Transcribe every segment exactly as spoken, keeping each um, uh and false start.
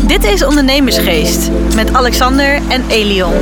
Dit is Ondernemersgeest met Alexander en Elion.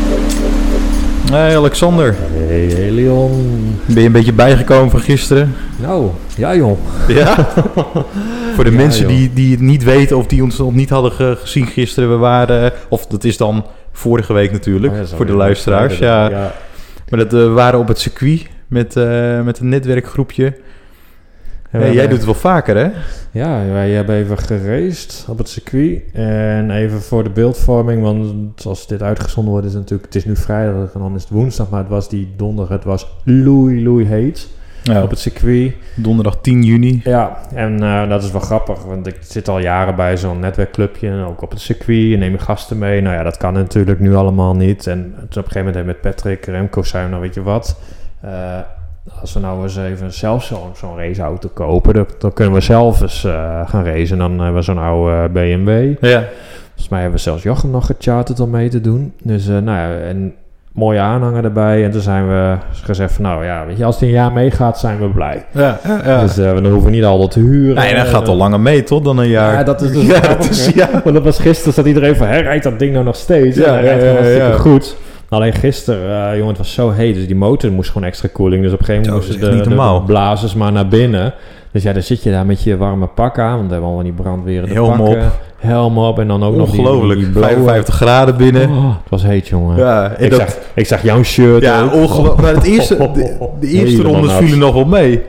Hey Alexander. Hey Elion. Ben je een beetje bijgekomen van gisteren? Nou, ja joh. Ja? Voor de ja, mensen joh. die, die het niet weten of die ons nog niet hadden ge- gezien gisteren. We waren, of dat is dan vorige week natuurlijk, Oh ja, voor de luisteraars. Ja. Ja. Maar dat, uh, we waren op het circuit met, uh, met een netwerkgroepje. Hey, jij doet het wel vaker, hè? Ja, wij hebben even geraced op het circuit. En even voor de beeldvorming, want als dit uitgezonden wordt is het natuurlijk... Het is nu vrijdag en dan is het woensdag, maar het was die donderdag. Het was loei, loei heet ja. op het circuit. Donderdag tien juni. Ja, en uh, dat is wel grappig, want ik zit al jaren bij zo'n netwerkclubje. En ook op het circuit, en neem je gasten mee. Nou ja, dat kan natuurlijk nu allemaal niet. En toen op een gegeven moment met Patrick, Remco zei, nou weet je wat... Uh, Als we nou eens even zelf zo'n, zo'n raceauto kopen, dan, dan kunnen we zelf eens uh, gaan racen. En dan hebben we zo'n oude B M W. Ja. Volgens mij hebben we zelfs Jochem nog gecharterd om mee te doen. Dus uh, nou ja, een mooie aanhanger erbij. En toen zijn we gezegd van nou ja, weet je, als die een jaar meegaat, zijn we blij. Ja, ja, ja. Dus uh, we dan hoeven niet altijd te huren. Nee, dat gaat al langer mee, toch, dan een jaar. Ja, dat is dus ja, grappig, dat is, ja. Want dat was gisteren, zat iedereen van, hè, rijdt dat ding nou nog steeds? Ja, en hij rijdt ja, gewoon ja, hartstikke ja. goed. Alleen gisteren, uh, jongen, het was zo heet, dus die motor moest gewoon extra koeling. Dus op een gegeven moment moesten de, de blazers maar naar binnen. Dus ja, dan zit je daar met je warme pak aan, want we hebben allemaal die brandwerende helm pakken. Op. Helm op en dan ook nog die, ongelooflijk, die blauwe... vijfenvijftig graden binnen. Oh, het was heet, jongen. Ja, ik, dat... zag, ik zag jouw shirt. Ja, ongelooflijk. Maar het eerste, de, de eerste rondes vielen nog wel mee.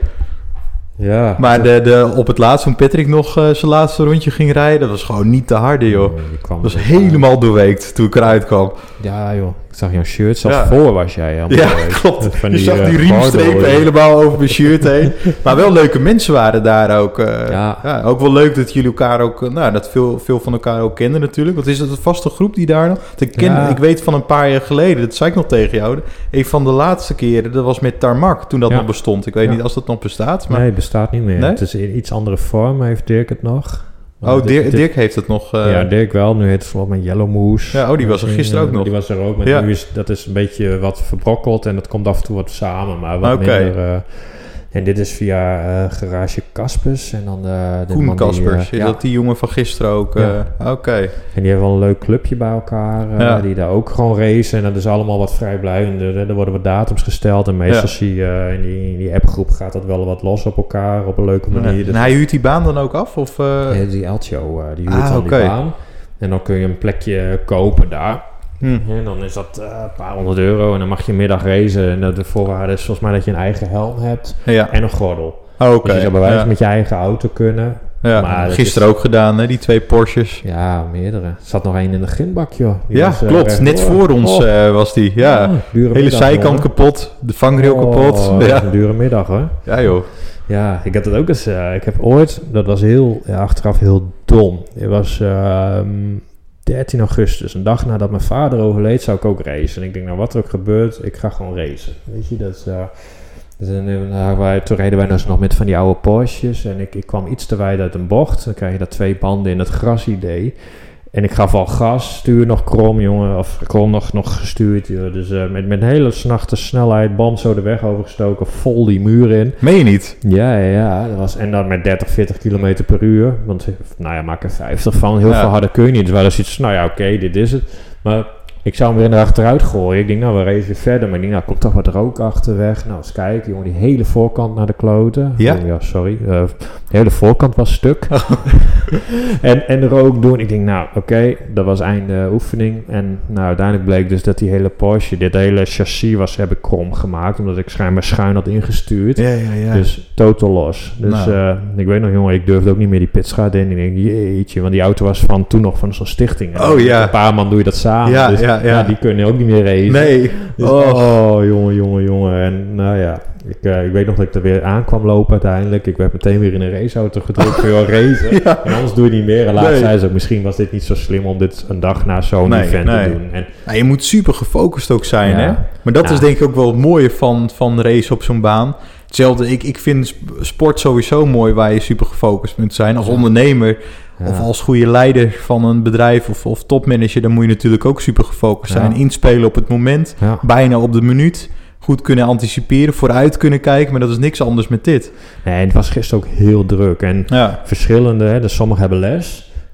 Ja. Maar de, de, op het laatst, toen Patrick nog uh, zijn laatste rondje ging rijden, dat was gewoon niet te harde, joh. Nee, dat was helemaal uit. doorweekt toen ik eruit kwam. Ja, joh. Ik zag jouw shirt. Zelfs ja. voor was jij. Ja, doorweekt. klopt. Van je die, zag uh, die riemstrepen helemaal over mijn shirt heen. Maar wel leuke mensen waren daar ook. Uh, ja. Ja, ook wel leuk dat jullie elkaar ook, uh, nou, dat veel, veel van elkaar ook kenden natuurlijk. Want is het een vaste groep die daar nog? Ik, ken, ja. ik weet van een paar jaar geleden, dat zei ik nog tegen jou, een van de laatste keren, dat was met Tarmac, toen dat ja. nog bestond. Ik weet ja. niet als dat nog bestaat. Maar... Nee, het bestaat niet meer. Nee? Het is in iets andere vorm, heeft Dirk het nog. Maar oh, Dirk, Dirk heeft het nog... Uh... Ja, Dirk wel. Nu heet het volgens mij Yellow Moose. Ja, oh, die was er gisteren ook nog. Die was er ook. Maar ja. nu is dat is een beetje wat verbrokkeld en dat komt af en toe wat samen. Maar wat okay. minder... Uh, en dit is via uh, Garage Caspers. En dan de, de Koen Caspers. Uh, is ja. dat die jongen van gisteren ook? Ja. Uh, Oké. Okay. En die hebben wel een leuk clubje bij elkaar. Uh, ja. Die daar ook gewoon racen. En dat is allemaal wat vrijblijvend. Er worden wat datums gesteld. En meestal ja. zie je uh, in die, in die appgroep gaat dat wel wat los op elkaar. Op een leuke manier. Ja. En hij huurt die baan dan ook af? Of, uh... Nee, die Eltio. Uh, die huurt ah, dan okay. die baan. En dan kun je een plekje kopen daar. Hmm. En dan is dat uh, een paar honderd euro en dan mag je een middag racen. En de, de voorwaarde is volgens mij dat je een eigen helm hebt ja. en een gordel. Oh, okay. Dus je zou bij wijze ja. met je eigen auto kunnen. Ja, maar gisteren is... ook gedaan, hè, die twee Porsches. Ja, meerdere. Er zat nog één in de grindbak, joh. Die ja, was, uh, klopt. Net voor, voor ons oh. uh, was die. Ja, oh, hele middag, zijkant hoor. kapot, de vangrail oh, kapot. Ja. Een dure middag, hoor. Ja, joh. Ja, ik had het ook eens... Uh, ik heb ooit... Dat was heel... Ja, achteraf heel dom. Het was... Uh, dertien augustus, een dag nadat mijn vader overleed, zou ik ook racen. En ik denk, nou wat er ook gebeurt, ik ga gewoon racen. Weet je, dat is... Uh, dus dan, wij, toen reden wij dus nog met van die oude Porsches. En ik, ik kwam iets te wijd uit een bocht. Dan krijg je daar twee banden in het grasidee. En ik gaf al gas, stuur nog krom, jongen. Of krom nog, nog gestuurd. Joh. Dus uh, met, met een hele snachte snelheid, band zo de weg overgestoken, vol die muur in. Meen je niet? Ja, ja, ja. Dat was, en dan met dertig, veertig kilometer per uur. Want, nou ja, maak er vijftig van. Heel ja. veel harder kun je niet. Dus wij dus iets, nou ja, oké, okay, dit is het. Maar... Ik zou hem weer naar achteruit gooien. Ik denk, nou, we racen weer verder. Maar ik denk, nou, komt toch wat rook achterweg. Nou, eens kijken, jongen, die hele voorkant naar de kloten. Ja? Oh, ja, sorry. Uh, de hele voorkant was stuk. Oh. en, en de rook doen. Ik denk, nou, oké, okay, dat was einde oefening. En nou, uiteindelijk bleek dus dat die hele Porsche, dit hele chassis was, heb ik krom gemaakt. Omdat ik schijnbaar schuin had ingestuurd. Ja, ja, ja. Dus totaal los. Dus nou. uh, ik weet nog, jongen, ik durfde ook niet meer die pitstraat in. Ik denk, jeetje, want die auto was van toen nog van zo'n stichting. Oh ja. Met een paar man doe je dat samen. Ja, dus, ja. Ja, ja, die kunnen ook niet meer racen. Nee. Dus, oh. oh, jongen, jongen, jongen. En nou ja, ik, uh, ik weet nog dat ik er weer aankwam lopen uiteindelijk. Ik werd meteen weer in een raceauto gedrukt voor jou racen. Ja. En anders doe je niet meer. En laatst nee. zei ze ook, misschien was dit niet zo slim om dit een dag na zo'n nee, event nee. te doen. En, ja, je moet super gefocust ook zijn, ja. hè? Maar dat ja. is denk ik ook wel het mooie van, van racen op zo'n baan. Hetzelfde, ik, ik vind sport sowieso mooi waar je super gefocust moet zijn. Als ondernemer... Ja. Of als goede leider van een bedrijf of, of topmanager, dan moet je natuurlijk ook super gefocust zijn. Ja. Inspelen op het moment, ja. bijna op de minuut. Goed kunnen anticiperen, vooruit kunnen kijken, maar dat is niks anders met dit. Nee, het was gisteren ook heel druk. En ja. verschillende, hè, dus sommigen hebben les.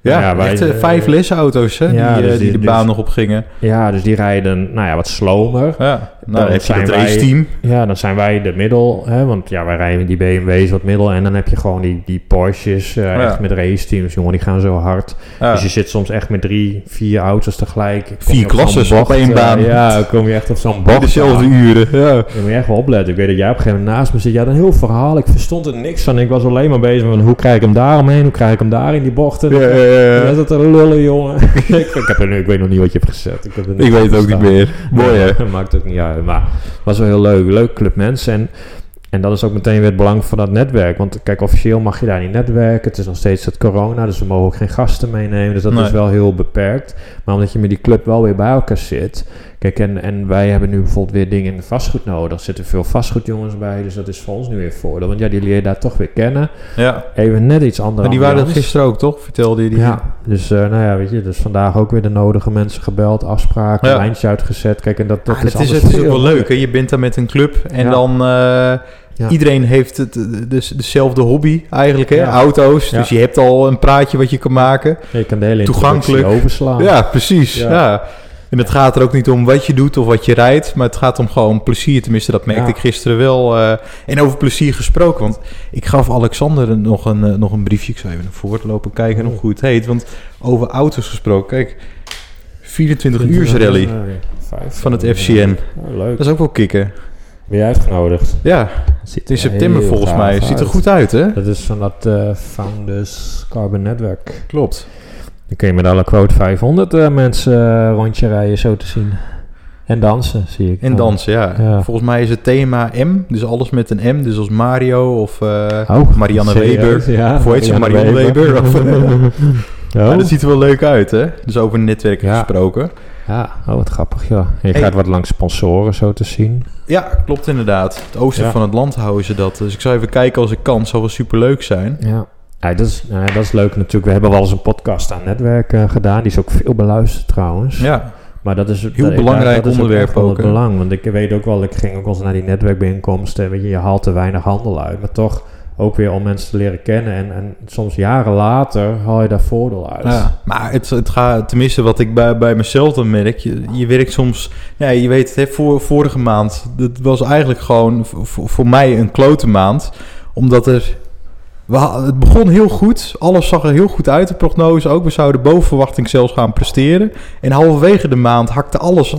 Ja, ja wij, echt uh, vijf lesauto's hè, ja, die, dus uh, die de dus, baan nog op gingen. Ja, dus die rijden nou ja, wat slomer. Ja, nou, dan heb je het wij, raceteam. Ja, dan zijn wij de middel. Hè, want ja, wij rijden die B M W's wat middel. En dan heb je gewoon die, die Porsches uh, ja. echt met raceteams. Jongen, die gaan zo hard. Ja. Dus je zit soms echt met drie, vier auto's tegelijk. Vier klassen op één baan. Uh, ja, dan kom je echt op zo'n bocht. Dezelfde uren. Ja. Dan moet je echt wel opletten. Ik weet dat jij op een gegeven moment naast me zit. Ja, een heel verhaal. Ik verstond er niks van. Ik was alleen maar bezig met hoe krijg ik hem daar omheen? Hoe krijg ik hem daar in die bochten? Ja, ja, ja. Dat is het een lullen, jongen. ik, ik, heb er nu, ik weet nog niet wat je hebt gezet. Ik, heb er ik weet het ook niet meer. Mooi, hè? Dat maakt ook niet uit. Maar het was wel heel leuk. Leuk club mensen. En, en dat is ook meteen weer het belang van dat netwerk. Want kijk, officieel mag je daar niet netwerken. Het is nog steeds het corona. Dus we mogen ook geen gasten meenemen. Dus dat nee. is wel heel beperkt. Maar omdat je met die club wel weer bij elkaar zit. Kijk, en, en wij hebben nu bijvoorbeeld weer dingen in de vastgoed nodig. Er zitten veel vastgoedjongens bij. Dus dat is voor ons nu weer voordeel. Want ja, die leer je daar toch weer kennen. Ja. Even net iets anders. Maar die waren dat gisteren ook, toch? Vertelde je die? Ja, dus uh, nou ja, weet je. Dus vandaag ook weer de nodige mensen gebeld. Afspraken, ja. lijntje uitgezet. Kijk, en dat, dat ah, is, het is, het is ook wel leuk, hè? Je bent daar met een club. En ja. dan... Uh, Ja. Iedereen heeft het, dus dezelfde hobby eigenlijk, hè? Ja. Auto's. Ja. Dus je hebt al een praatje wat je kan maken. Ja, je kan de hele toegankelijk overslaan. Ja, precies. Ja. Ja. En het gaat er ook niet om wat je doet of wat je rijdt, maar het gaat om gewoon plezier. Tenminste, dat merkte ja. ik gisteren wel. Uh, en over plezier gesproken, want ik gaf Alexander nog een, uh, nog een briefje. Ik zou even naar voren lopen kijken oh. nog hoe het heet. Want over auto's gesproken, kijk, vierentwintig uur rally uh, ja. van het F C N. Oh, leuk. Dat is ook wel kicken. Ben je uitgenodigd? Ja, het is september volgens mij. Het ziet er goed uit, hè? Dat is van dat uh, Founders Carbon Network. Klopt. Dan kun je met alle quote vijfhonderd uh, mensen uh, rondje rijden, zo te zien. En dansen, zie ik. En dansen, ja. ja. Volgens mij is het thema M, dus alles met een M. Dus als Mario of uh, oh, Marianne serieus? Weber. Ja, of hoe heet ze? Marianne Weber. Weber. Of, oh. Ja, dat ziet er wel leuk uit, hè? Dus over netwerken ja. gesproken. Ja, oh wat grappig, ja. Je hey. gaat wat langs sponsoren, zo te zien. Ja, klopt inderdaad. Het oosten ja. van het land houden ze dat. Dus ik zou even kijken als ik kan. Het zou wel superleuk zijn. Ja. Ja, dat is, nou ja, dat is leuk natuurlijk. We hebben wel eens een podcast aan netwerk uh, gedaan. Die is ook veel beluisterd trouwens. Ja. Maar dat is heel dat, belangrijk dat is onderwerp ook. ook het belang. Want ik weet ook wel, ik ging ook wel eens naar die netwerkbijeenkomsten. Weet je, je haalt te weinig handel uit. Maar toch ook weer om mensen te leren kennen. En, en soms jaren later haal je daar voordeel uit. Ja, maar het, het gaat, tenminste wat ik bij, bij mezelf dan merk. Je, je werkt soms, ja, je weet het, hè, voor, vorige maand. Dat was eigenlijk gewoon voor, voor mij een klote maand. Omdat er... We, het begon heel goed. Alles zag er heel goed uit, de prognose ook. We zouden boven verwachting zelfs gaan presteren. En halverwege de maand hakte alles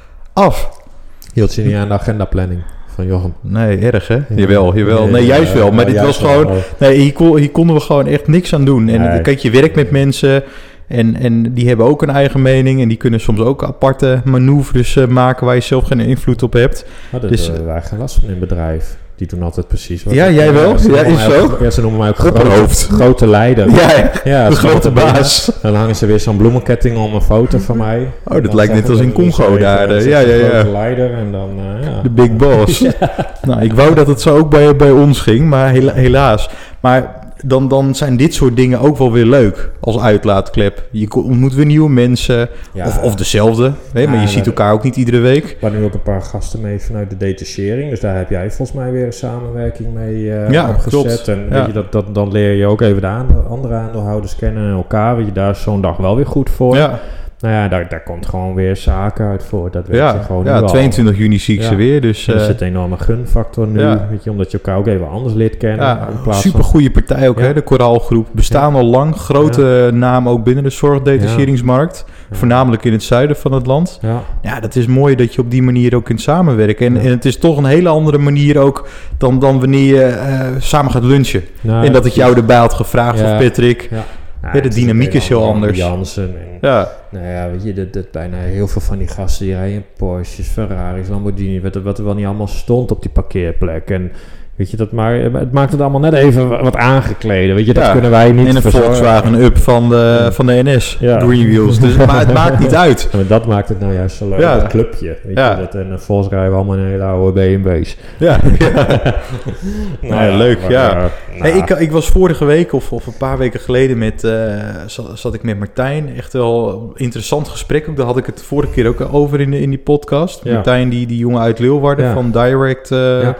af. Hield je niet aan de agendaplanning van Jochem? Nee, erg hè? Ja. Jawel, jawel. Nee, juist wel. Maar ja, dit was gewoon... Wel. Nee, hier, kon, hier konden we gewoon echt niks aan doen. En nee. Kijk, je werkt met mensen... En, en die hebben ook een eigen mening. En die kunnen soms ook aparte manoeuvres uh, maken... waar je zelf geen invloed op hebt. Maar dat dus, hebben wij geen last van in bedrijf. Die doen altijd precies wat. Ja, jij ja, wel? Ja, is zo? Ook, ja, ze noemen mij ook grote, grote leider. Ja, ja, ja de grote baas. Dan hangen ze weer zo'n bloemenketting om een foto van mij. Oh, dat lijkt net als in Congo daar. De, ja, ja, ja. grote leider en dan... Uh, ja. De big boss. Ja. Nou, ik wou dat het zo ook bij, bij ons ging, maar hela- helaas. Maar... Dan, dan zijn dit soort dingen ook wel weer leuk als uitlaatklep. Je ontmoet weer nieuwe mensen, ja. of, of dezelfde. Hè? Ja, maar je ziet elkaar ook niet iedere week. We hebben nu ook een paar gasten mee vanuit de detachering. Dus daar heb jij volgens mij weer een samenwerking mee uh, ja, opgezet. Klopt. En ja. weet je, dat, dat, dan leer je ook even de aandeel, andere aandeelhouders kennen en elkaar. Weet je, daar is zo'n dag wel weer goed voor. Ja. Nou ja, daar, daar komt gewoon weer zaken uit voor. Dat weet ja, je gewoon ja, nu tweeëntwintig juni zie ik ja. ze weer. Dus, er uh, zit een enorme gunfactor nu. Ja. Weet je, omdat je elkaar ook even anders leert kennen. Ja, een super goede partij ook, ja. hè, de Koraalgroep. Bestaan ja. al lang. Grote ja. naam ook binnen de zorgdetacheringsmarkt. Ja. Voornamelijk in het zuiden van het land. Ja. ja, dat is mooi dat je op die manier ook kunt samenwerken. En, ja. en het is toch een hele andere manier ook dan, dan wanneer je uh, samen gaat lunchen. Nou, en dat ik jou erbij had gevraagd ja. of Patrick... Ja. Ja, ja, de dynamiek is heel anders. Jansen en, ja. Nou ja, weet je, dat, dat bijna heel veel van die gasten die rijden Porsches, Ferraris, Lamborghini, wat, wat er wel niet allemaal stond op die parkeerplek. En weet je, dat maar, het maakt het allemaal net even wat aangekleden. Weet je, dat ja, kunnen wij niet. En een verzorgen. Volkswagen Up van de, ja. van de N S, ja. Green Wheels. Dus, maar het maakt niet uit. Ja, dat maakt het nou juist zo leuk, ja. dat clubje. Weet ja. je, dat, en volgens rijden we allemaal in hele oude B M W's. Ja, ja. nou, ja leuk, maar, ja. Uh, nou. Hey, ik, ik was vorige week, of, of een paar weken geleden, met, uh, zat, zat ik met Martijn. Echt wel een interessant gesprek. Ook, daar had ik het vorige keer ook over in, in die podcast. Ja. Martijn, die, die jongen uit Leeuwarden ja. van Direct... Uh, ja.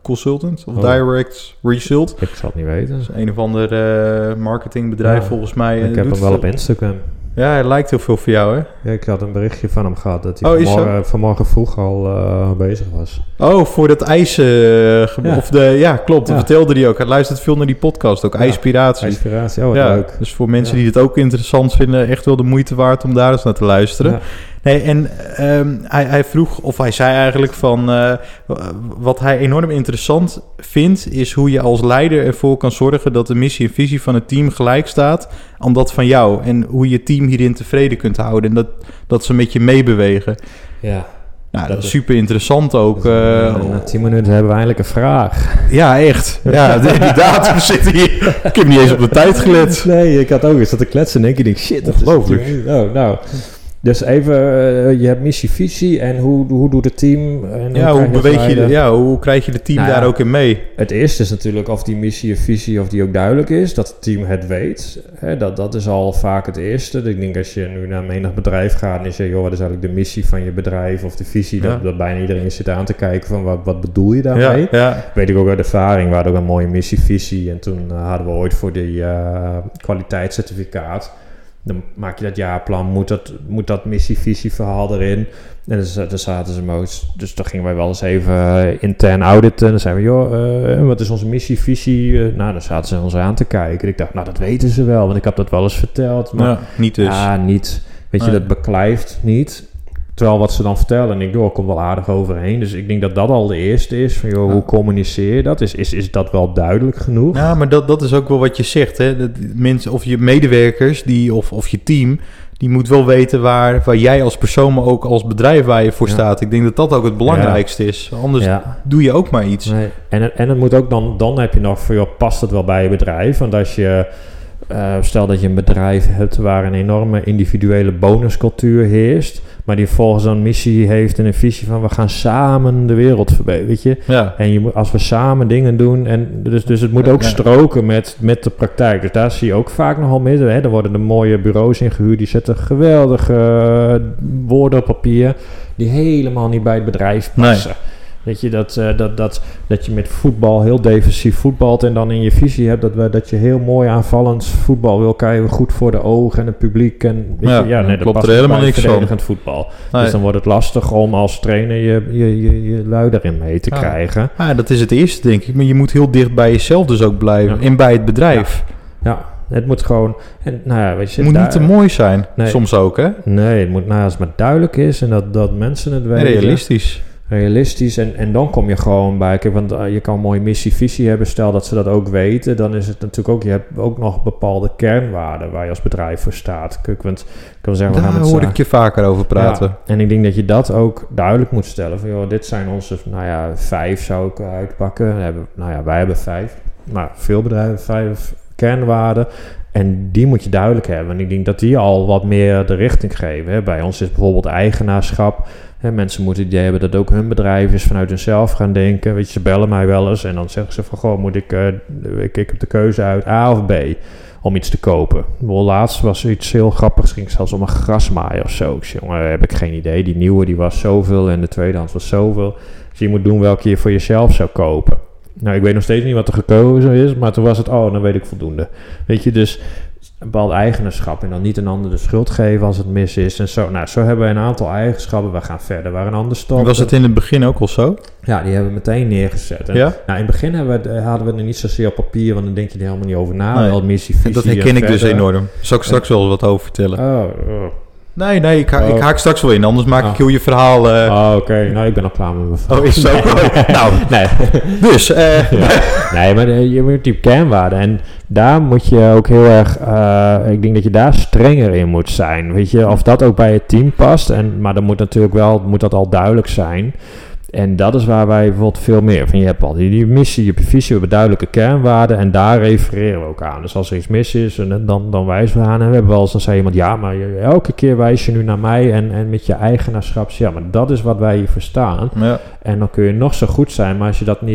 Consultant of Oh. Direct Result. Ik zal het niet weten. Dat is een of ander uh, marketingbedrijf Ja, volgens mij. Ik heb hem wel op Instagram. Ja, hij lijkt heel veel voor jou, hè? Ja, ik had een berichtje van hem gehad dat hij Oh, is vanmorgen, vanmorgen vroeg al uh, bezig was. Oh, voor dat ijs... Uh, ge- Ja. Of de, ja, klopt. Dat Ja. vertelde hij ook. Hij luistert veel naar die podcast, ook Ja. IJspiratie. Inspiratie, oh wat Ja, leuk. dus voor mensen Ja. die dit ook interessant vinden, echt wel de moeite waard om daar eens naar te luisteren. Ja. Nee, en um, hij, hij vroeg, of hij zei eigenlijk van, uh, wat hij enorm interessant vindt, is hoe je als leider ervoor kan zorgen dat de missie en visie van het team gelijk staat aan dat van jou. En hoe je team hierin tevreden kunt houden en dat, dat ze met je meebewegen. Ja. Nou, dat, Dat is is- super interessant ook. Dus, Uh, uh, na tien minuten hebben we eindelijk een vraag. ja, echt. Ja, inderdaad. We zitten hier. Ik heb niet eens op de tijd gelet. Nee, ik had ook eens dat te kletsen en denk je, denk, shit, dat is Ongelooflijk. tien minuten. Oh, nou. Dus even, uh, je hebt missie, visie en hoe, hoe doet het team? En Ja, hoe krijg beweeg je, leider? de, ja, hoe krijg je het team Nou ja. daar ook in mee? Het eerste is natuurlijk of die missie of visie of die ook duidelijk is, dat het team het weet. Hè, dat, dat is al vaak het eerste. Ik denk als je nu naar menig bedrijf gaat en je zegt, joh, wat is eigenlijk de missie van je bedrijf of de visie, Ja. dat, dat bijna iedereen zit aan te kijken van wat, wat bedoel je Ja, daarmee? ja. Weet ik ook uit ervaring, we hadden ook een mooie missie, visie en toen uh, hadden we ooit voor die uh, kwaliteitscertificaat. Dan maak je dat jaarplan, moet dat, moet dat missie-visie verhaal erin. En dus, uh, dan zaten ze moos. Dus dan gingen wij wel eens even uh, intern auditen. Dan zeiden we, joh, uh, wat is onze missie-visie? Uh, nou, dan zaten ze ons aan te kijken. En ik dacht, nou, dat weten ze wel, want ik heb dat wel eens verteld. Maar Ja, niet dus. ja, niet. Weet je, Nee. dat beklijft niet. Terwijl wat ze dan vertellen, en ik doe, kom wel aardig overheen. Dus ik denk dat dat al de eerste is. Van, joh, Ja. hoe communiceer je dat? Is, is, is dat wel duidelijk genoeg? Ja, maar dat, dat is ook wel wat je zegt. Hè? Dat mensen, of je medewerkers die, of, of je team, die moet wel weten waar, waar jij als persoon, maar ook als bedrijf waar je voor Ja. staat. Ik denk dat dat ook het belangrijkste is. Anders Ja. doe je ook maar iets. Nee. En, het- en het moet ook dan, dan heb je nog van, joh, past het wel bij je bedrijf? Want als je, uh, stel dat je een bedrijf hebt waar een enorme individuele bonuscultuur heerst, maar die volgens een missie heeft en een visie van, we gaan samen de wereld verbeteren, weet je? Ja, En je moet, als we samen dingen doen, en dus, dus het moet ook Ja. stroken met, met de praktijk. Dus daar zie je ook vaak nogal midden. Hè? Er worden er mooie bureaus ingehuurd, die zetten geweldige uh, woorden op papier, die helemaal niet bij het bedrijf passen. Weet je, dat, uh, dat, dat, dat je met voetbal heel defensief voetbalt en dan in je visie hebt dat, we, dat je heel mooi aanvallend voetbal wil krijgen, goed voor de ogen en het publiek. En, weet Ja, je, ja, nee, dan dat klopt past er helemaal bij niks van. verdedigend voetbal. nee. Dus dan wordt het lastig om als trainer je, je, je, je lui erin mee te Ja. krijgen. Ah, dat is het eerste, denk ik. Maar je moet heel dicht bij jezelf dus ook blijven. Ja. En bij het bedrijf. Ja, het moet gewoon... En, nou ja, weet je, Het moet daar- niet te mooi zijn. Nee. Soms ook, hè? Nee, het moet nou als het maar duidelijk is en dat, dat mensen het weten. Realistisch. Realistisch. En, en dan kom je gewoon bij... Kijk, want uh, je kan een mooie missie, visie hebben. Stel dat ze dat ook weten. Dan is het natuurlijk ook... Je hebt ook nog bepaalde kernwaarden waar je als bedrijf voor staat. Kijk, want ik kan zeggen... we Daar gaan met hoor z'n- ik je vaker over praten. Ja, en ik denk dat je dat ook duidelijk moet stellen. Van, joh, dit zijn onze, nou ja, vijf zou ik uitpakken. We hebben, nou ja, wij hebben vijf. Maar veel bedrijven hebben vijf kernwaarden. En die moet je duidelijk hebben. En ik denk dat die al wat meer de richting geven. Hè. Bij ons is bijvoorbeeld eigenaarschap. Hè, mensen moeten het idee hebben dat ook hun bedrijf is vanuit hunzelf gaan denken. Weet je, ze bellen mij wel eens en dan zeggen ze van... Goh, moet ik, uh, ik, ik heb de keuze uit A of B om iets te kopen. Wel, laatst was er iets heel grappigs. Ging zelfs om een grasmaaier of zo. Ik zei, jongen, heb ik geen idee. Die nieuwe die was zoveel en de tweedehands was zoveel. Dus je moet doen welke je voor jezelf zou kopen. Nou, ik weet nog steeds niet wat er gekozen is, maar toen was het, oh, dan weet ik voldoende. Weet je, dus een bepaald eigenaarschap en dan niet een ander de schuld geven als het mis is en zo. Nou, zo hebben we een aantal eigenschappen. We gaan verder waar een ander stopt. Was het in het begin ook al zo? Ja, die hebben we meteen neergezet. En, Ja? nou, in het begin hebben we, hadden we er niet zozeer op papier, want dan denk je er helemaal niet over na. Nee. Wel missie, visie Dat en herken ik dus verder. enorm. Zal ik straks wel eens wat over vertellen? Oh, oh. Nee, nee, ik, ha- Oh. ik haak straks wel in. Anders maak Oh. ik heel je verhaal... eh, Oh, oké. Nou, ik ben al klaar met mijn verhaal. Oh, is zo? Nou, Nee. dus... eh, Ja. Nee, maar de- je moet die kernwaarden. En daar moet je ook heel erg... Uh, ik denk dat je daar strenger in moet zijn. Weet je, of dat ook bij het team past. En, maar dan moet natuurlijk wel... Moet dat al duidelijk zijn. En dat is waar wij bijvoorbeeld veel meer van... Je hebt al die, die missie, je hebt je visie, we hebben duidelijke kernwaarden. En daar refereren we ook aan. Dus als er iets mis is, en dan, dan wijzen we aan. En we hebben wel eens, dan zei iemand... Ja, maar je, elke keer wijs je nu naar mij. En, en met je eigenaarschap... Ja, maar dat is wat wij hier verstaan. ja. En dan kun je nog zo goed zijn, maar als je dat niet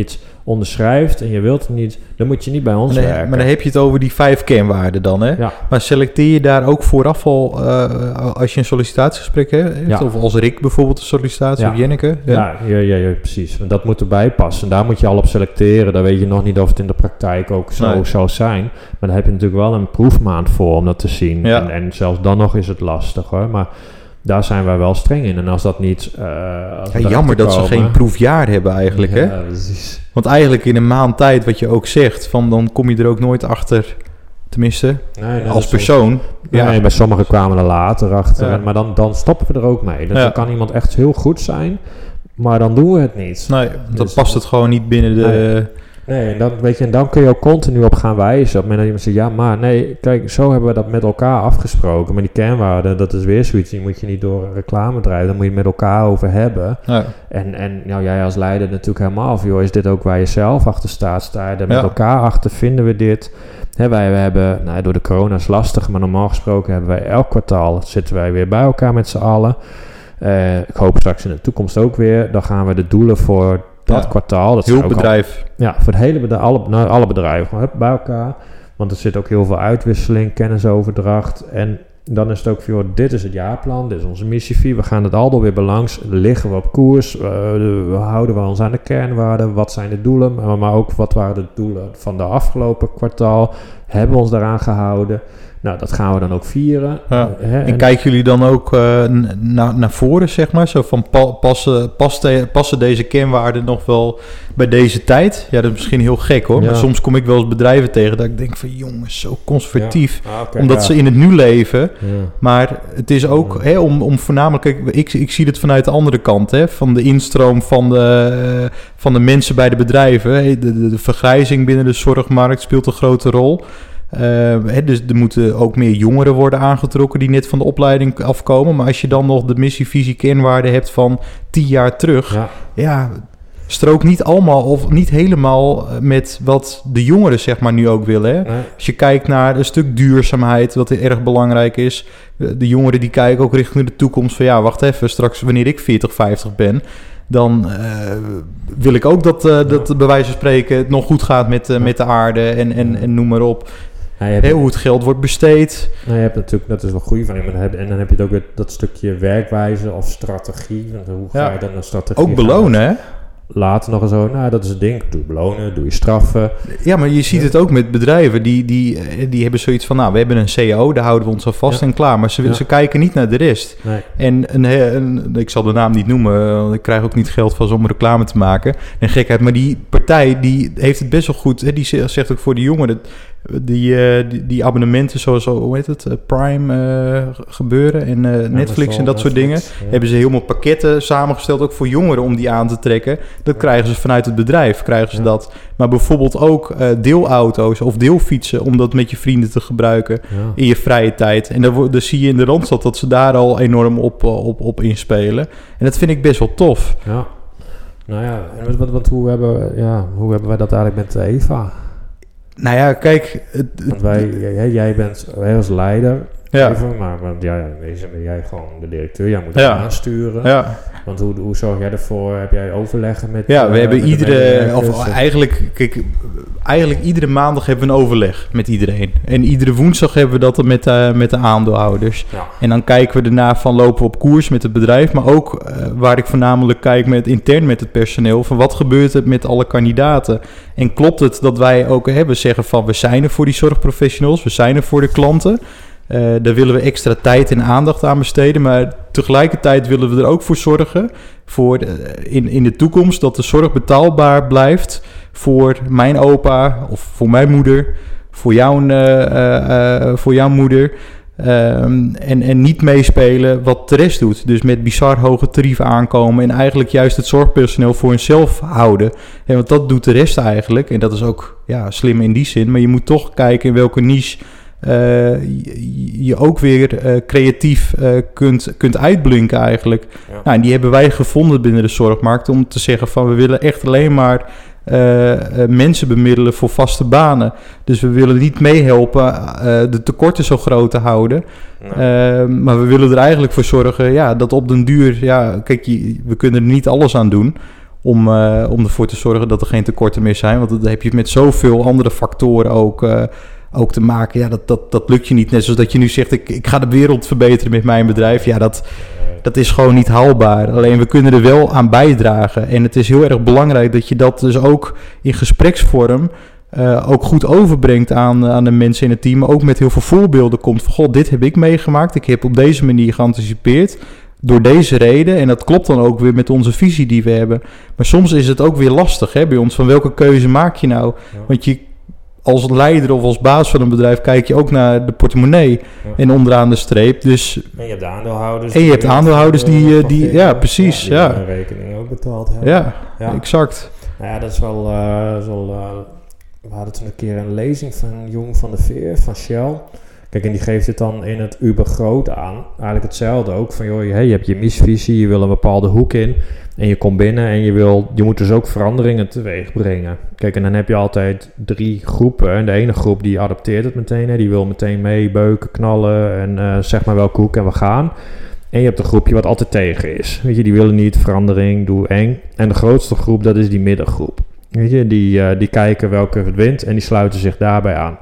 onderschrijft en je wilt het niet, dan moet je niet bij ons maar dan, werken. Maar dan heb je het over die vijf kernwaarden dan, hè? Ja. Maar selecteer je daar ook vooraf al, uh, als je een sollicitatiegesprek hebt? Ja. Of als Rick bijvoorbeeld een sollicitatie, Ja. of Jenneke? Ja, ja, ja, ja, precies. Want dat moet erbij passen. En daar moet je al op selecteren. Dan weet je nog niet of het in de praktijk ook zo Nee. zou zijn. Maar daar heb je natuurlijk wel een proefmaand voor om dat te zien. Ja. En, en zelfs dan nog is het lastig, hoor. Maar daar zijn wij wel streng in. En als dat niet... Uh, als Ja, we jammer dat ze komen, geen proefjaar hebben eigenlijk, ja, hè? precies. Want eigenlijk in een maand tijd, wat je ook zegt, van dan kom je er ook nooit achter. Tenminste, Nee, nee, als dat persoon. Soms, Ja. nee, bij sommigen kwamen er later achter. Ja. En, maar dan, dan stoppen we er ook mee. Dus Ja. dan kan iemand echt heel goed zijn, maar dan doen we het niet. Nee, dan Dus- past het gewoon niet binnen de... Nee. Nee, en dan, weet je, en dan kun je ook continu op gaan wijzen. Op het moment dat iemand zegt, ja, maar nee, kijk, zo hebben we dat met elkaar afgesproken. Maar die kernwaarden, dat is weer zoiets, die moet je niet door een reclamebedrijf, daar moet je het met elkaar over hebben. Ja. En, en nou, jij als leider natuurlijk helemaal of joh, is dit ook waar je zelf achter staat? Sta je er met Ja. elkaar achter? Vinden we dit? Hè, wij we hebben, nou, door de corona is lastig, maar normaal gesproken hebben wij elk kwartaal, zitten wij weer bij elkaar met z'n allen. Uh, ik hoop straks in de toekomst ook weer. Dan gaan we de doelen voor dat Ja. kwartaal. Dat zijn ook al- Hulpbedrijf. ja, voor het hele bedrijf, alle, nou, alle bedrijven gewoon hup, bij elkaar. Want er zit ook heel veel uitwisseling, kennisoverdracht. En dan is het ook voor, dit is het jaarplan, dit is onze missievisie. We gaan het al door weer belangs. Liggen we op koers? Uh, we houden we ons aan de kernwaarden? Wat zijn de doelen? Maar, maar ook, wat waren de doelen van de afgelopen kwartaal? Hebben we ons daaraan gehouden? Nou, dat gaan we dan ook vieren. Ja. Hè, En kijken jullie dan ook uh, n- na, naar voren, zeg maar? Zo van, pa- passen, paste, passen deze kernwaarden nog wel bij deze tijd? Ja, dat is misschien heel gek, hoor. Ja. Maar soms kom ik wel eens bedrijven tegen dat ik denk van, jongens, zo conservatief. Ja. Ah, okay, Omdat ja. ze in het nu leven. Ja. Maar het is ook hè, om, om voornamelijk... Kijk, ik, ik zie het vanuit de andere kant, hè, van de instroom van de, uh, van de mensen bij de bedrijven. Hè. De, de, de vergrijzing binnen de zorgmarkt speelt een grote rol. Uh, hè, dus er moeten ook meer jongeren worden aangetrokken die net van de opleiding afkomen. Maar als je dan nog de missie, visie, kernwaarden hebt van tien jaar terug... Ja. ja, strook niet allemaal of niet helemaal met wat de jongeren zeg maar nu ook willen. Hè? Nee. Als je kijkt naar een stuk duurzaamheid, wat erg belangrijk is. De jongeren die kijken ook richting de toekomst van ja, wacht even, straks wanneer ik veertig, vijftig ben... dan uh, wil ik ook dat, uh, dat bij wijze van spreken het nog goed gaat met, uh, met de aarde en, en, en noem maar op. Ja, je hebt, Hey, hoe het geld wordt besteed. nou, je hebt natuurlijk, dat is wel goed van je, maar dan heb, en dan heb je het ook weer dat stukje werkwijze of strategie. Want hoe ga Ja. je dan een strategie? Ook belonen, hè? Later nog eens zo, nou dat is het ding, doe je belonen, doe je straffen. Ja, maar je ziet het ook met bedrijven. Die, die, die hebben zoiets van, nou, we hebben een C E O, daar houden we ons aan vast Ja. en klaar. Maar ze, Ja. ze kijken niet naar de rest. Nee. En een, een, ik zal de naam niet noemen, want ik krijg ook niet geld van ze om reclame te maken. En gekheid, maar die partij die heeft het best wel goed. Hè, die zegt ook voor de jongeren, die, uh, die, die abonnementen zoals, hoe heet het, uh, Prime uh, gebeuren en uh, Netflix Amazon, en dat soort dingen. Netflix, ja. Hebben ze helemaal pakketten samengesteld, ook voor jongeren om die aan te trekken. Dat Ja. krijgen ze vanuit het bedrijf, krijgen ze Ja. dat. Maar bijvoorbeeld ook uh, deelauto's of deelfietsen, om dat met je vrienden te gebruiken Ja. in je vrije tijd. En dan, wo- dan zie je in de Randstad dat ze daar al enorm op, uh, op, op inspelen. En dat vind ik best wel tof. Ja. Nou ja, en wat, wat, wat, hoe, hebben, we- ja, hoe hebben wij dat eigenlijk met Eva? Nou ja, kijk... Het, het- Want wij, jij, jij bent wij als leider, ja, even, maar want, ja, in wezen ben jij gewoon de directeur, jij moet het Ja. aansturen. ja. Want hoe, hoe zorg jij ervoor? Heb jij overleggen met Ja, we uh, hebben met de iedere, medewerkers? of eigenlijk, kijk, eigenlijk iedere maandag hebben we een overleg met iedereen. En iedere woensdag hebben we dat met, uh, met de aandeelhouders. Ja. En dan kijken we daarna van lopen we op koers met het bedrijf, maar ook uh, waar ik voornamelijk kijk met intern met het personeel, van wat gebeurt er met alle kandidaten? En klopt het dat wij ook hebben zeggen van we zijn er voor die zorgprofessionals, we zijn er voor de klanten. Uh, daar willen we extra tijd en aandacht aan besteden. Maar tegelijkertijd willen we er ook voor zorgen... voor uh, in, in de toekomst dat de zorg betaalbaar blijft... voor mijn opa of voor mijn moeder... voor jouw, uh, uh, uh, voor jouw moeder... Um, en, en niet meespelen wat de rest doet. Dus met bizar hoge tarieven aankomen... en eigenlijk juist het zorgpersoneel voor hunzelf houden. En want dat doet de rest eigenlijk. En dat is ook ja, slim in die zin. Maar je moet toch kijken in welke niche... Uh, je, je ook weer uh, creatief uh, kunt, kunt uitblinken eigenlijk. Ja. Nou, en die hebben wij gevonden binnen de zorgmarkt... om te zeggen van we willen echt alleen maar... Uh, uh, mensen bemiddelen voor vaste banen. Dus we willen niet meehelpen uh, de tekorten zo groot te houden. Nee. Uh, maar we willen er eigenlijk voor zorgen... Ja, dat op den duur... Ja, kijk, je, we kunnen er niet alles aan doen... om, uh, om ervoor te zorgen dat er geen tekorten meer zijn. Want dan heb je met zoveel andere factoren ook, uh, ook te maken. Ja, dat, dat, dat lukt je niet. Net zoals dat je nu zegt, ik, ik ga de wereld verbeteren met mijn bedrijf. Ja, dat, dat is gewoon niet haalbaar. Alleen we kunnen er wel aan bijdragen. En het is heel erg belangrijk dat je dat dus ook in gespreksvorm Uh, ook goed overbrengt aan, aan de mensen in het team. Maar ook met heel veel voorbeelden komt van, goh, dit heb ik meegemaakt. Ik heb op deze manier geanticipeerd. Door deze reden. En dat klopt dan ook weer met onze visie die we hebben. Maar soms is het ook weer lastig, hè, bij ons. Van welke keuze maak je nou? Ja. Want je als leider of als baas van een bedrijf kijk je ook naar de portemonnee. Ja. En onderaan de streep. Dus, en je hebt de aandeelhouders. En je hebt aandeelhouders die, die, die ja, precies. Ja, die ja. een rekening ook betaald hebben. Ja, ja. exact. Nou ja, dat is wel... Uh, is wel uh, we hadden toen een keer een lezing van Jong van de Veer, van Shell. Kijk, en die geeft het dan in het uber groot aan. Eigenlijk hetzelfde ook. Van, joh, hey, je hebt je missievisie, je wil een bepaalde hoek in. En je komt binnen en je, wil, je moet dus ook veranderingen teweeg brengen. Kijk, en dan heb je altijd drie groepen. En de ene groep die adopteert het meteen. Hè, die wil meteen mee beuken, knallen en uh, zeg maar welke hoek en we gaan. En je hebt een groepje wat altijd tegen is. Weet je, die willen niet verandering, doe eng. En de grootste groep, dat is die middengroep. Weet je, die, uh, die kijken welke het wint en die sluiten zich daarbij aan.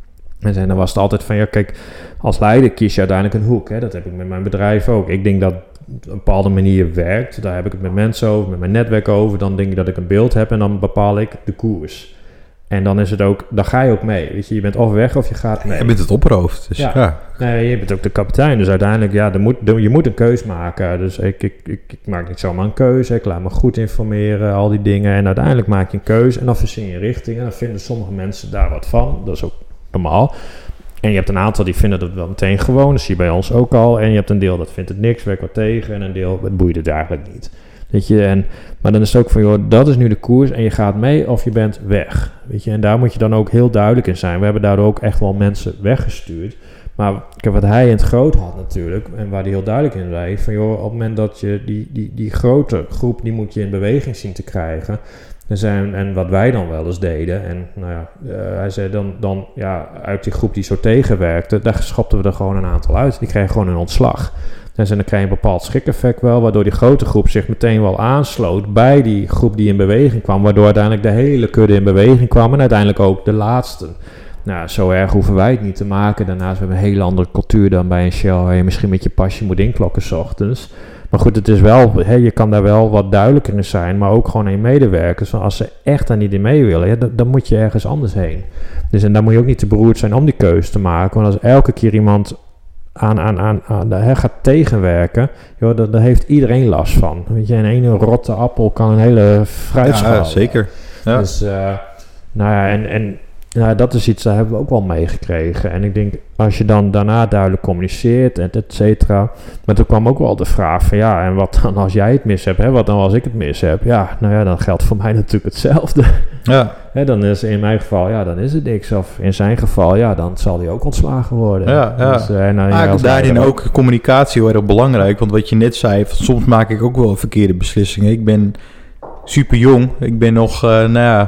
En dan was het altijd van, ja kijk, als leider kies je uiteindelijk een hoek. Hè? Dat heb ik met mijn bedrijf ook. Ik denk dat het op een bepaalde manier werkt. Daar heb ik het met mensen over, met mijn netwerk over. Dan denk ik dat ik een beeld heb en dan bepaal ik de koers. En dan is het ook, dan ga je ook mee. Weet je, je bent of weg of je gaat mee. Je bent het opperhoofd. Dus ja. ja. Nee, je bent ook de kapitein. Dus uiteindelijk, ja, er moet, je moet een keus maken. Dus ik, ik, ik, ik maak niet zomaar een keuze. Ik laat me goed informeren, al die dingen. En uiteindelijk maak je een keuze en dan verzin je richting. En dan vinden sommige mensen daar wat van. Dat is ook normaal. En je hebt een aantal die vinden dat wel meteen gewoon. Dat zie je bij ons ook al. En je hebt een deel dat vindt het niks, werkt wat tegen. En een deel, het boeit het eigenlijk niet. Weet je, en, maar dan is het ook van, joh, dat is nu de koers en je gaat mee of je bent weg. Weet je, en daar moet je dan ook heel duidelijk in zijn. We hebben daardoor ook echt wel mensen weggestuurd. Maar kijk, wat hij in het groot had natuurlijk, en waar hij heel duidelijk in zei, van joh, op het moment dat je die, die, die grote groep, die moet je in beweging zien te krijgen. En, zijn, en wat wij dan wel eens deden, en nou ja, uh, hij zei dan, dan ja, uit die groep die zo tegenwerkte, daar schopten we er gewoon een aantal uit. Die kregen gewoon een ontslag. En dan krijg je een bepaald schrik-effect wel, waardoor die grote groep zich meteen wel aansloot bij die groep die in beweging kwam, waardoor uiteindelijk de hele kudde in beweging kwam en uiteindelijk ook de laatste. Nou, zo erg hoeven wij het niet te maken. Daarnaast hebben we een hele andere cultuur dan bij een Shell, waar je misschien met je pasje moet inklokken 's ochtends. Maar goed, het is wel, hè, je kan daar wel wat duidelijker in zijn, maar ook gewoon in medewerkers. Want als ze echt daar niet in mee willen, ja, dan, dan moet je ergens anders heen. Dus en daar moet je ook niet te beroerd zijn om die keuze te maken. Want als elke keer iemand aan, aan, aan, aan de, hè, gaat tegenwerken, joh, daar, daar heeft iedereen last van. Weet je, een ene rotte appel kan een hele fruitschaal. Ja, zeker. Ja. Dus, uh, nou ja, en... en Nou, dat is iets, daar hebben we ook wel meegekregen. En ik denk, als je dan daarna duidelijk communiceert, en et cetera. Maar toen kwam ook wel de vraag van, ja, en wat dan als jij het mis hebt? Hè? Wat dan als ik het mis heb? Ja, nou ja, dan geldt voor mij natuurlijk hetzelfde. Ja. Hè, dan is in mijn geval, ja, dan is het niks. Of in zijn geval, ja, dan zal hij ook ontslagen worden. Ja, ja. Dus, uh, nou, ja, daarin ook, ook communicatie heel erg belangrijk. Want wat je net zei, soms maak ik ook wel verkeerde beslissingen. Ik ben super jong. Ik ben nog, uh, nou ja...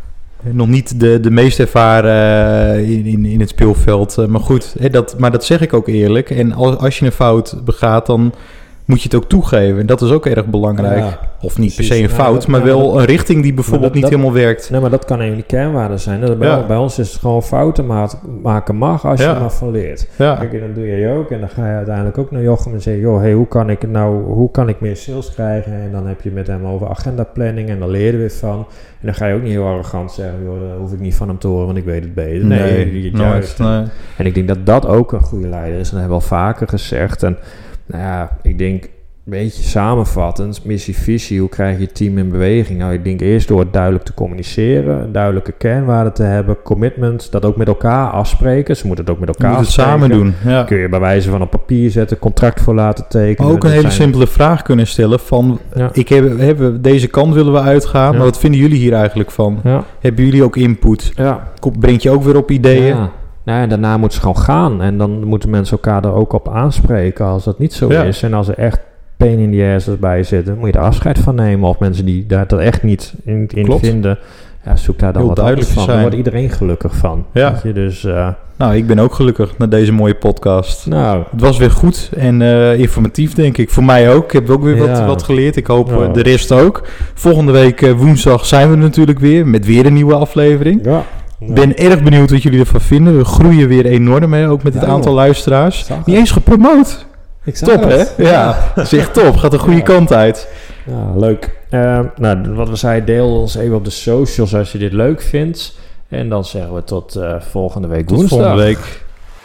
nog niet de, de meest ervaren uh, in, in, in het speelveld. Uh, maar goed, hè, dat, maar dat zeg ik ook eerlijk. En als, als je een fout begaat, dan moet je het ook toegeven. En dat is ook erg belangrijk. Ja, of niet precies. Per se een fout, ja, maar ja, wel dat, een richting die bijvoorbeeld dat, niet dat, helemaal werkt. Nee, maar dat kan een van die kernwaarden zijn. Dat bij, ja. bij ons is het gewoon fouten maken mag als je ja. er maar van leert. Ja. Kijk, en dan doe je je ook. En dan ga je uiteindelijk ook naar Jochem en zeg je, joh, hey, hoe kan ik nou, hoe kan ik meer sales krijgen? En dan heb je met hem over agendaplanning en dan leer je weer van. En dan ga je ook niet heel arrogant zeggen, joh, daar hoef ik niet van hem te horen, want ik weet het beter. Nee, nee je, juist. Nee. En ik denk dat dat ook een goede leider is. En dat hebben we al vaker gezegd. En nou ja, ik denk, een beetje samenvattend, missie, visie, hoe krijg je je team in beweging? Nou, ik denk eerst door het duidelijk te communiceren, duidelijke kernwaarden te hebben, commitment, dat ook met elkaar afspreken. Ze moeten het ook met elkaar het samen doen. Ja. Kun je bij wijze van op papier zetten, contract voor laten tekenen. Ook een hele zijn... simpele vraag kunnen stellen van, ja. ik heb, heb, deze kant willen we uitgaan, ja. maar wat vinden jullie hier eigenlijk van? Ja. Hebben jullie ook input? Ja. Brengt je ook weer op ideeën? Ja. Nou, en daarna moeten ze gewoon gaan. En dan moeten mensen elkaar er ook op aanspreken als dat niet zo ja. is. En als er echt pain in the ass bij zitten, moet je er afscheid van nemen. Of mensen die daar dat echt niet in, in vinden. ja, zoek daar dan Heel wat anders duidelijk van. zijn. Daar wordt iedereen gelukkig van. Ja. Weet je, dus, uh, Nou, ik ben ook gelukkig na deze mooie podcast. nou, Het was weer goed en uh, informatief, denk ik. Voor mij ook. Ik heb ook weer wat, Ja. wat geleerd. Ik hoop Ja. uh, de rest ook. Volgende week uh, woensdag zijn we er natuurlijk weer met weer een nieuwe aflevering. ja. Ik ben erg benieuwd wat jullie ervan vinden. We groeien weer enorm, hè, ook met het Ja, aantal joh. luisteraars. Zag het. Niet eens gepromoot. Ik zag Top, het. hè? Ja, dat is echt top. Gaat de goede Ja. kant uit. Ja, leuk. Uh, nou, wat we zeiden, deel ons even op de socials als je dit leuk vindt. En dan zeggen we tot uh, volgende week Tot woensdag. volgende week.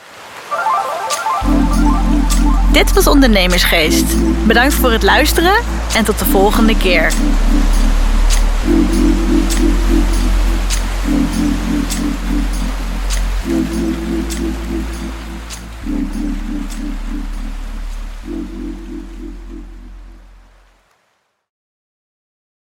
Dit was Ondernemersgeest. Bedankt voor het luisteren en tot de volgende keer.